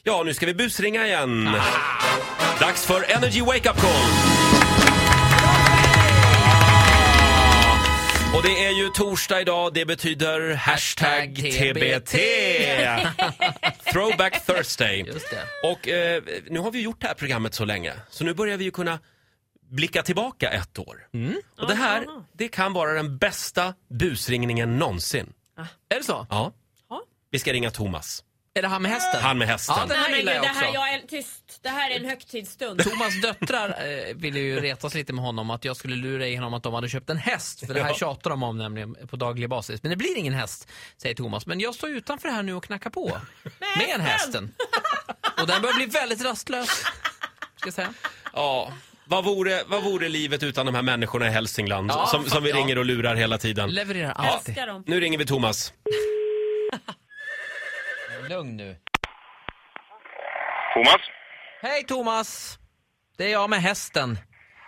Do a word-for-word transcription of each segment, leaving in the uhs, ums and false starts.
Ja, nu ska vi busringa igen. Ah. Dags för Energy Wake Up Call. Och det är ju torsdag idag, det betyder hashtag T B T. Throwback Thursday. Just det. Och eh, nu har vi gjort det här programmet så länge, så nu börjar vi ju kunna blicka tillbaka ett år. Mm. Och det här, det kan vara den bästa busringningen någonsin. Ah. Är det så? Ja. Ah. Vi ska ringa Thomas. Är det han med hästen? Han med hästen. Ja, den här Nej, gillar men jag det här, också. jag är tyst. Det här är en högtidsstund. Thomas döttrar eh, ville ju retas lite med honom att jag skulle lura i honom att de hade köpt en häst. För det här Ja. tjatar de om nämligen på daglig basis. Men det blir ingen häst, säger Thomas. Men jag står utanför här nu och knackar på. Med en hästen. Och den börjar bli väldigt rastlös. Ska jag säga. Ja. Vad vore, vad vore livet utan de här människorna i Hälsingland Ja, som, som vi ja. ringer och lurar hela tiden? Levererar Jag alltid. älskar dem. Nu ringer vi Thomas. Lugn nu. Thomas? Hej Thomas. Det är jag med hästen.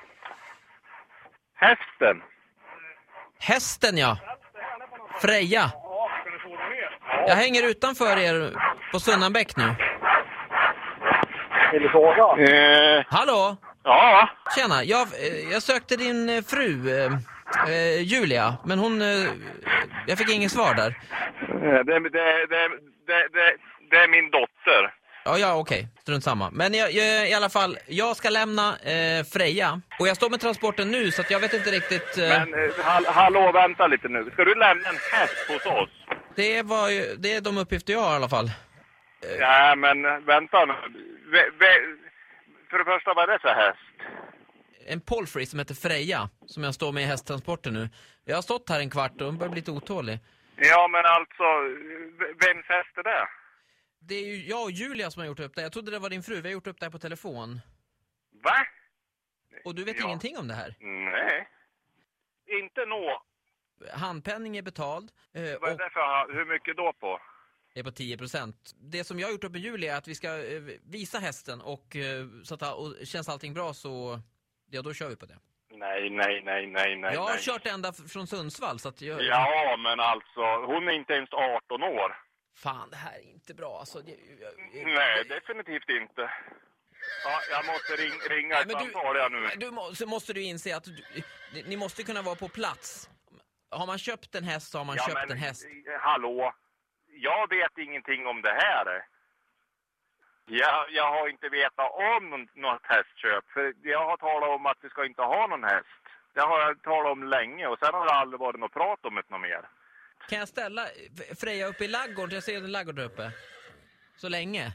Hästen? Hästen, ja. Freja. Jag hänger utanför er på Sunnanbäck nu. Vill du fråga? Eh, Hallå? ja. Tjena, jag, eh, jag sökte din eh, fru eh, eh, Julia, men hon eh, jag fick ingen svar där. Det, det, det, det, det, det är min dotter. Ja, ja, okej. Strunt samma. Men jag, jag, i alla fall, jag ska lämna eh, Freja. Och jag står med transporten nu, så att jag vet inte riktigt... Eh, Men eh, hall, hallå, vänta lite nu. Ska du lämna en häst hos oss? det, var ju, det är de uppgifter jag har i alla fall. Ja, men vänta nu. Ve, ve, för det första, vad är det för häst? En Polfrey som heter Freja, som jag står med i hästtransporten nu. Jag har stått här en kvart och hon börjar bli lite otålig. Ja, men alltså, vems häst är det? Det är ju jag och Julia som har gjort upp det. Jag trodde det var din fru. Vi har gjort upp det här på telefon. Va? Och du vet Ja. ingenting om det här? Nej. Inte nå. Handpenning är betald. Eh, Vad är och det för, hur mycket då på? är på tio procent. Det som jag har gjort upp med Julia är att vi ska eh, visa hästen. Och, eh, så att, och känns allting bra så... Ja, då kör vi på det. Nej, nej, nej, nej, nej. Jag har nej. kört ända f- från Sundsvall. Så att jag, Ja, men alltså, hon är inte ens arton år. Fan, det här är inte bra. Alltså, jag, jag, Nej, definitivt inte. Ja, jag måste ring, ringa Nej, ett men du- samtal jag nu. Du må, så måste du inse att du, ni, ni måste kunna vara på plats. Har man köpt en häst så har man Ja, köpt men, en häst. hallå, jag vet ingenting om det här. Jag, jag har inte vetat om något hästköp. För jag har talat om att vi ska inte ha någon häst. Det har jag talat om länge och sen har det aldrig varit något prat om det något mer. Kan jag ställa Freja uppe i laggården? Jag ser en laggård där uppe. Så länge.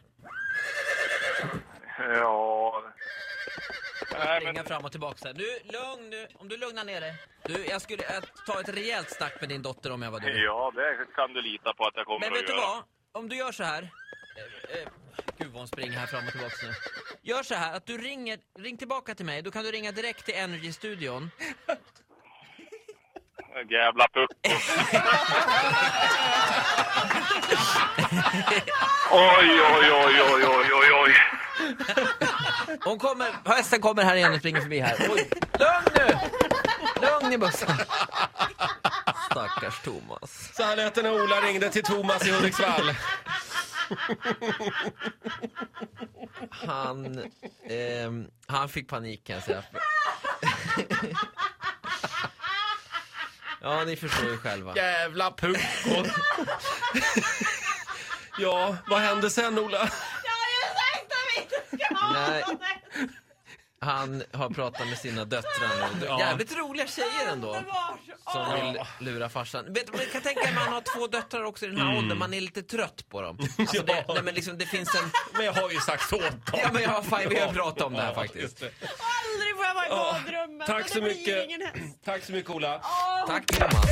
Ja... Nej, Ringa men, fram och tillbaka så här. Nu, lugn nu. Om du lugnar ner dig. Du, jag skulle äh, ta ett rejält snack med din dotter om jag var du. ja, det kan du lita på att jag kommer Men att vet du göra. vad? Om du gör så här... Eh, eh, gud vad hon springer här fram och tillbaka nu. Gör så här att du ringer... Ring tillbaka till mig. Då kan du ringa direkt till Energy-studion. Jävla pucko. Oj, oj, oj, oj, oj, oj, oj. Hon kommer... Hästen kommer här igen och springer förbi här. Oj. Lugn nu! Lugn i bussen. Stackars Thomas. Så här lät det när Ola ringde till Thomas i Hudiksvall. Han... ehm, han fick panik kan jag säga. Ja, ni förstår ju själva. Jävla puckon. Ja, vad hände sen, Ola? Jag har ju sagt att vi inte ska ha Nej. någon. Han har pratat med sina döttrar nu. Ja. Jävligt roliga tjejer ändå. Som vill lura farsan. Vet du, man kan tänka att man har två döttrar också i den här Mm. åldern. Man är lite trött på dem. Alltså Ja. det, nej, men liksom, det finns en... Men jag har ju sagt åt dem. Ja, men jag, fan, vi har pratat om det här Ja, faktiskt. just det. Aldrig får jag vara i Ja, badrummet. tack och så det blir mycket. ingen häst. Tack så mycket, Ola. Åh. Tack Thomas.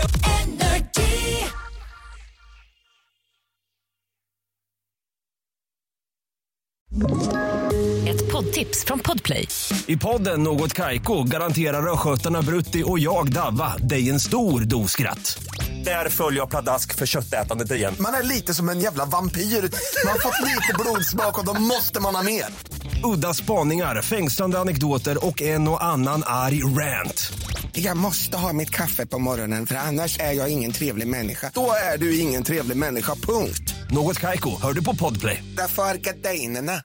Ett poddtips från Podplay. I podden Något Kaiko garanterar röskötarna Brutti och jag Davva dig en stor dos skratt. Där följer jag pladask för köttätandet igen. Man är lite som en jävla vampyr. Man har fått lite blodsmak och då måste man ha mer. Udda spaningar, fängslande anekdoter och en och annan arg rant. Jag måste ha mitt kaffe på morgonen för annars är jag ingen trevlig människa. Då är du ingen trevlig människa, punkt. Något Kaiko, hör du på Podplay. Därför är gardinerna.